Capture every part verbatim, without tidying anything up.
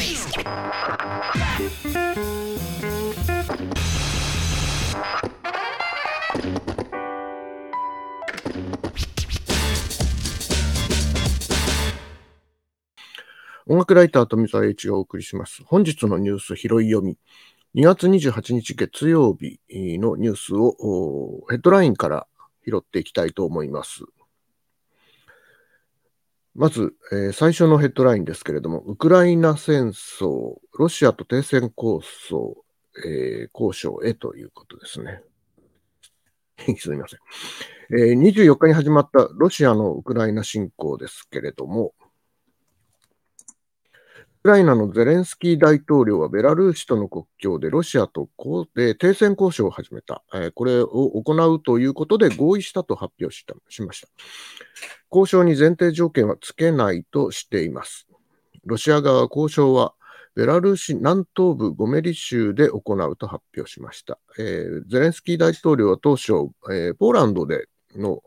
音楽ライター富澤栄一がお送りします。本日のニュース拾い読み。にがつにじゅうはちにち月曜日のニュースをヘッドラインから拾っていきたいと思います。まず、えー、最初のヘッドラインですけれども、ウクライナ戦争、ロシアと停戦構想、えー、交渉へということですね。すみません、えー。にじゅうよっかに始まったロシアのウクライナ侵攻ですけれども、ウクライナのゼレンスキー大統領はベラルーシとの国境でロシアと停戦交渉を始めた。これを行うということで合意したと発表した、しました。交渉に前提条件はつけないとしています。ロシア側は交渉はベラルーシ南東部ゴメリ州で行うと発表しました。えー、ゼレンスキー大統領は当初、えー、ポーランドでの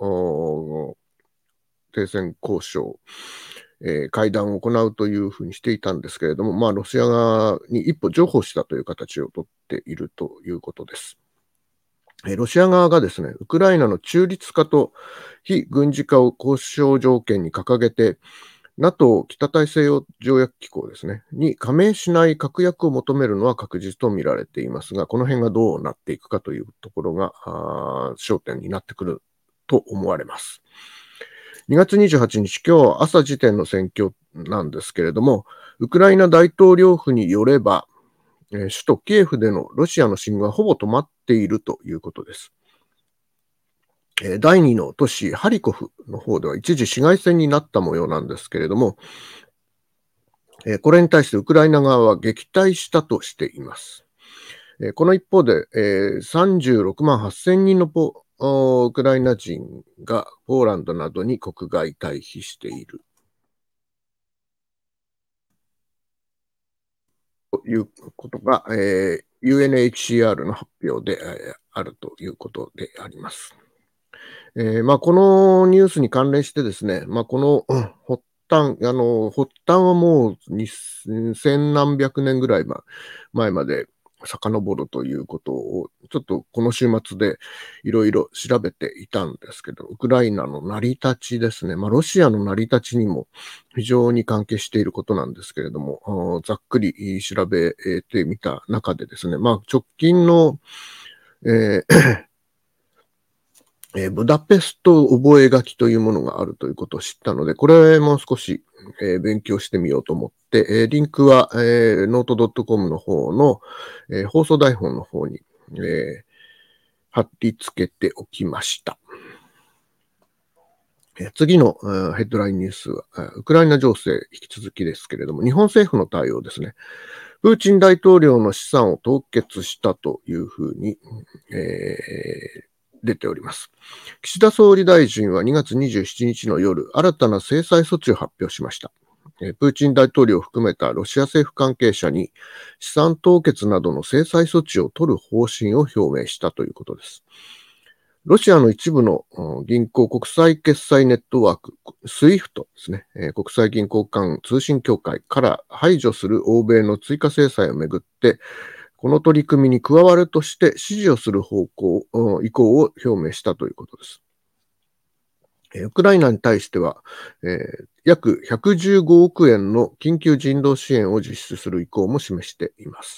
停戦交渉、えー、会談を行うというふうにしていたんですけれども、まあ、ロシア側に一歩譲歩したという形をとっているということです。えー、ロシア側がですね、ウクライナの中立化と非軍事化を交渉条件に掲げて、NATO 北大西洋条約機構ですね、に加盟しない確約を求めるのは確実と見られていますが、この辺がどうなっていくかというところが焦点になってくると思われます。にがつにじゅうはちにち、今日朝時点の戦況なんですけれども、ウクライナ大統領府によれば、えー、首都キエフでのロシアの侵攻はほぼ止まっているということです。えー、だいにの都市ハリコフの方では一時市街戦になった模様なんですけれども、えー、これに対してウクライナ側は撃退したとしています。えー、この一方で、えー、さんじゅうろくまんはっせんにんのポウクライナ人がポーランドなどに国外退避しているということが、えー、ユーエヌエイチシーアール の発表で、えー、あるということであります。えーまあ、このニュースに関連してですね、まあ、この、うん、発端、あの、発端はもうにせんなんびゃくねんぐらい前まで遡るということを、ちょっとこの週末でいろいろ調べていたんですけど、ウクライナの成り立ちですね、まあ、ロシアの成り立ちにも非常に関係していることなんですけれども、ざっくり調べてみた中でですね、まあ、直近の、えーえー、ブダペスト覚書というものがあるということを知ったので、これも少し、えー、勉強してみようと思って、えー、リンクは、えー、ノートドットコム の方の、えー、放送台本の方に、えー、貼り付けておきました。えー、次の、えー、ヘッドラインニュースは、ウクライナ情勢引き続きですけれども、日本政府の対応ですね。プーチン大統領の資産を凍結したというふうに、えー出ております。岸田総理大臣はにがつにじゅうしちにちの夜、新たな制裁措置を発表しました。プーチン大統領を含めたロシア政府関係者に資産凍結などの制裁措置を取る方針を表明したということです。ロシアの一部の銀行国際決済ネットワーク、スイフト ですね、国際銀行間通信協会から排除する欧米の追加制裁をめぐって、この取り組みに加わるとして支持をする方向、意向を表明したということです。ウクライナに対しては、えー、約ひゃくじゅうごおくえんの緊急人道支援を実施する意向も示しています。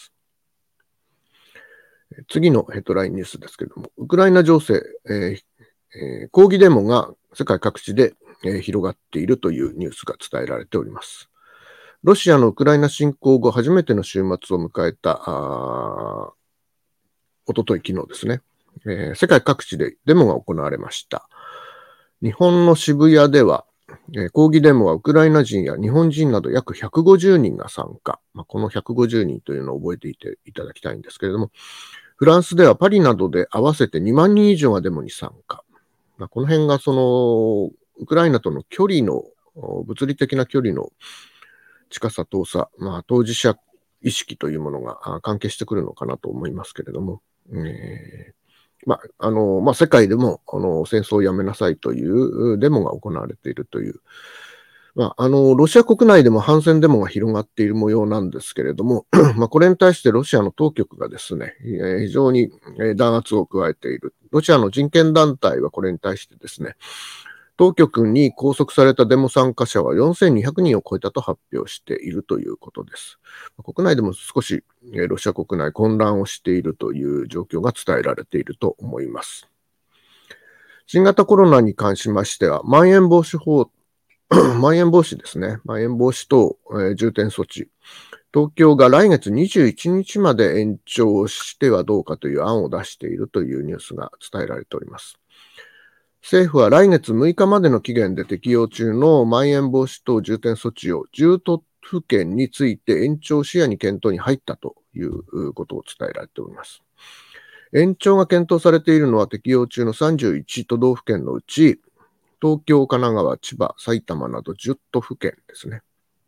次のヘッドラインニュースですけれども、ウクライナ情勢、えーえー、抗議デモが世界各地で、えー、広がっているというニュースが伝えられております。ロシアのウクライナ侵攻後初めての週末を迎えた、おととい昨日ですね、えー、世界各地でデモが行われました。日本の渋谷では、えー、抗議デモはウクライナ人や日本人など約ひゃくごじゅうにんが参加。まあ、このひゃくごじゅうにんというのを覚えていていただきたいんですけれども、フランスではパリなどで合わせてにまんにん以上がデモに参加。まあ、この辺がそのウクライナとの距離の物理的な距離の近さ遠さ、まあ、当事者意識というものが関係してくるのかなと思いますけれども、えーまああのまあ、世界でもあの戦争をやめなさいというデモが行われているというまあ、あの、ロシア国内でも反戦デモが広がっている模様なんですけれども、まあ、これに対してロシアの当局がですね、えー非常にえー弾圧を加えている。ロシアの人権団体はこれに対してですね、当局に拘束されたデモ参加者はよんせんにひゃくにんを超えたと発表しているということです。国内でも少しえーロシア国内混乱をしているという状況が伝えられていると思います。新型コロナに関しましては、まん延防止法まん延防止ですね。まん延防止等、えー重点措置。東京が来月にじゅういちにちまで延長してはどうかという案を出しているというニュースが伝えられております。政府は来月むいかまでの期限で適用中のまん延防止等重点措置をじゅう都府県について延長視野に検討に入ったということを伝えられております。延長が検討されているのは適用中のさんじゅういち都道府県のうち、東京、神奈川、千葉、埼玉などじゅう都府県ですね。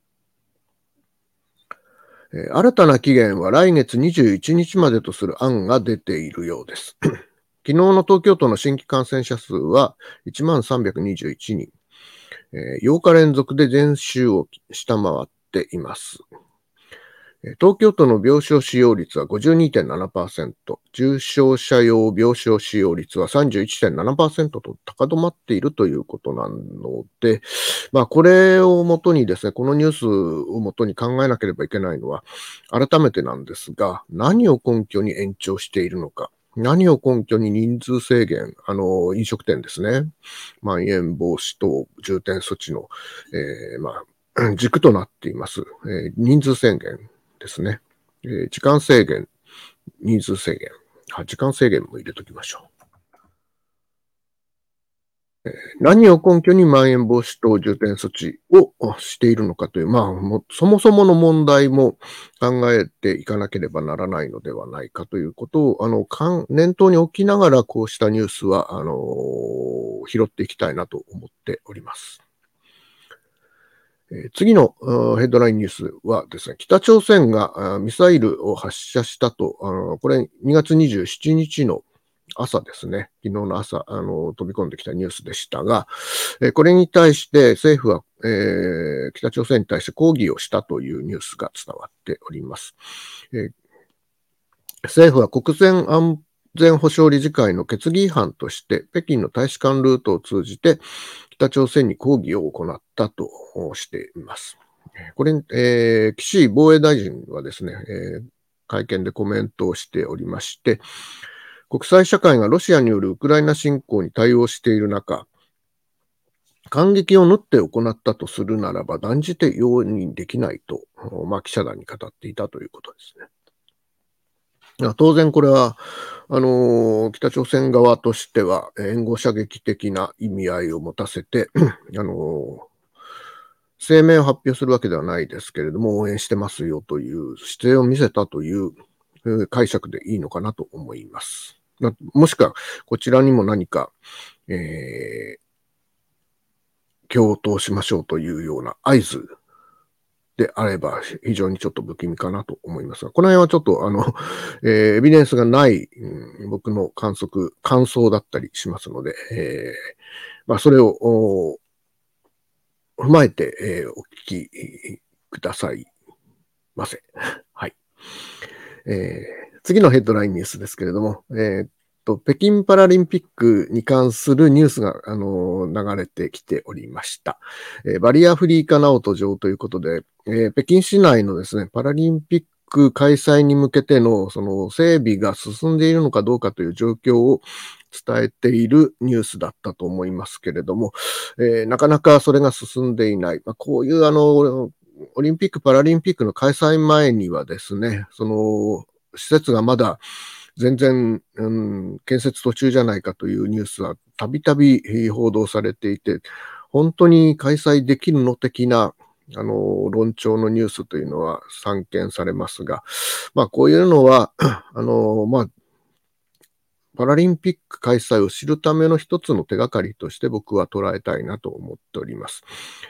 えー新たな期限は来月にじゅういちにちまでとする案が出ているようです。昨日の東京都の新規感染者数はいちまんさんびゃくにじゅういちにん、えーようか連続で前週を下回っています。東京都の病床使用率は ごじゅうにてんななパーセント、重症者用病床使用率は さんじゅういちてんななパーセント と高止まっているということなので、まあ、これをもとにですね、このニュースをもとに考えなければいけないのは、改めてなんですが、何を根拠に延長しているのか、何を根拠に人数制限、あの、飲食店ですね、まん延防止等重点措置の、えーまあ、軸となっています、えー人数制限ですね。えー時間制限、人数制限。あ、時間制限も入れときましょう。何を根拠にまん延防止等重点措置をしているのかという、まあ、もそもそもの問題も考えていかなければならないのではないかということを、あの、念頭に置きながら、こうしたニュースは、あのー拾っていきたいなと思っております。えー次のヘッドラインニュースはですね、北朝鮮がミサイルを発射したと、あのこれにがつにじゅうしちにちの朝ですね、昨日の朝あの飛び込んできたニュースでしたが、えーこれに対して政府は、えー北朝鮮に対して抗議をしたというニュースが伝わっております。えー政府は国連安全保障理事会の決議違反として、北京の大使館ルートを通じて、北朝鮮に抗議を行ったとしています。これに、えー岸防衛大臣はですね、えー会見でコメントをしておりまして、国際社会がロシアによるウクライナ侵攻に対応している中、間隙を縫って行ったとするならば断じて容認できないと、まあ、記者団に語っていたということですね。当然これは、あのー北朝鮮側としては援護射撃的な意味合いを持たせて、あのー声明を発表するわけではないですけれども、応援してますよという姿勢を見せたというえー解釈でいいのかなと思います。なもしくは、こちらにも何か、えー、共闘しましょうというような合図であれば、非常にちょっと不気味かなと思いますが、この辺はちょっと、あの、えーエビデンスがない、うん僕の観測、感想だったりしますので、えーまあ、それをお踏まえて、えーお聞きくださいませ。はい。えー次のヘッドラインニュースですけれども、えーっと、北京パラリンピックに関するニュースが、あのー流れてきておりました。えーバリアフリー化なお途上ということで、えー北京市内のですね、パラリンピック開催に向けての、その整備が進んでいるのかどうかという状況を伝えているニュースだったと思いますけれども、えーなかなかそれが進んでいない。まあ、こういうあの、オリンピック・パラリンピックの開催前にはですね、その、施設がまだ全然、うん、建設途中じゃないかというニュースはたびたび報道されていて、本当に開催できるの的な、あの、論調のニュースというのは散見されますが、まあ、こういうのは、あの、まあ、パラリンピック開催を知るための一つの手がかりとして僕は捉えたいなと思っております。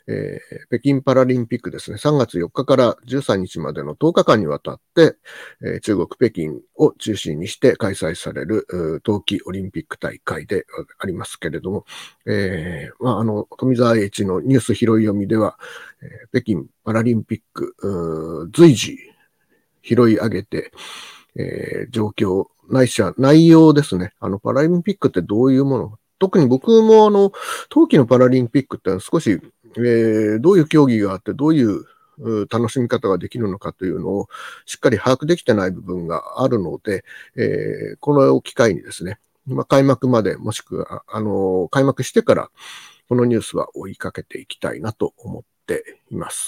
えー北京パラリンピックですね、さんがつよっかからじゅうさんにちまでのとおかかんにわたって、えー中国北京を中心にして開催されるう冬季オリンピック大会でありますけれども、えーまあ、あの富澤英一のニュース拾い読みでは、えー北京パラリンピックう随時拾い上げて、えー状況、ないしは内容ですね。あの、パラリンピックってどういうもの、特に僕もあの、冬季のパラリンピックって少し、えーどういう競技があって、どういうう楽しみ方ができるのかというのをしっかり把握できてない部分があるので、えーこの機会にですね、まあ、開幕までもしくは、あの、開幕してからこのニュースは追いかけていきたいなと思っています。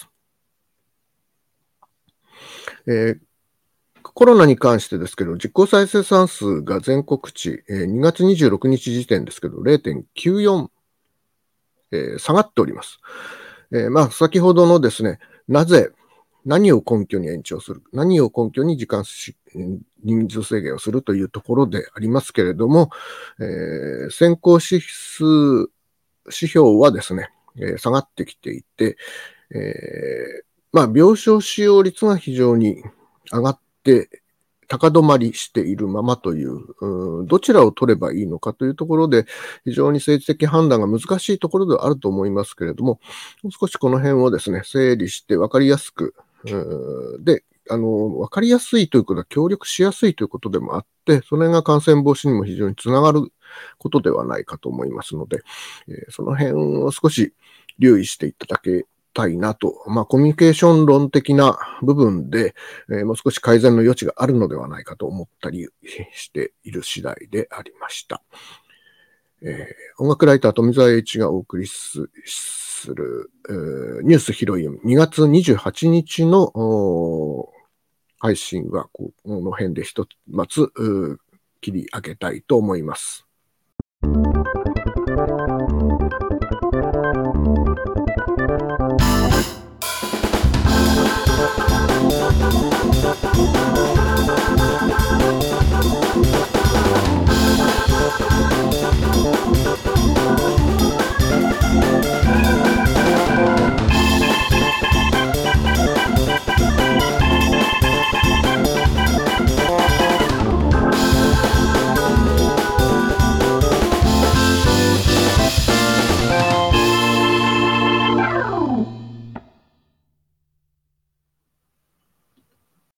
えーコロナに関してですけど、実効再生産数が全国値、えーにがつにじゅうろくにち時点ですけど、れいてんきゅうよん、えー下がっております。えーまあ、先ほどのですね、なぜ、何を根拠に延長する、何を根拠に時間し、人数制限をするというところでありますけれども、えー先行指数、指標はですね、えー下がってきていて、えーまあ、病床使用率が非常に上がって高止まりしているままという、うんどちらを取ればいいのかというところで、非常に政治的判断が難しいところではあると思いますけれども、もう少しこの辺をですね、整理して分かりやすく、うんで、あの、分かりやすいということは協力しやすいということでもあって、それが感染防止にも非常につながることではないかと思いますので、えーその辺を少し留意していただけたいなと、まあ、コミュニケーション論的な部分で、えーもう少し改善の余地があるのではないかと思ったりしている次第でありました。えー音楽ライター富澤栄一がお送りすする、えーニュース拾い読みにがつにじゅうはちにちのおー配信はこの辺で一つうー切り上げたいと思います。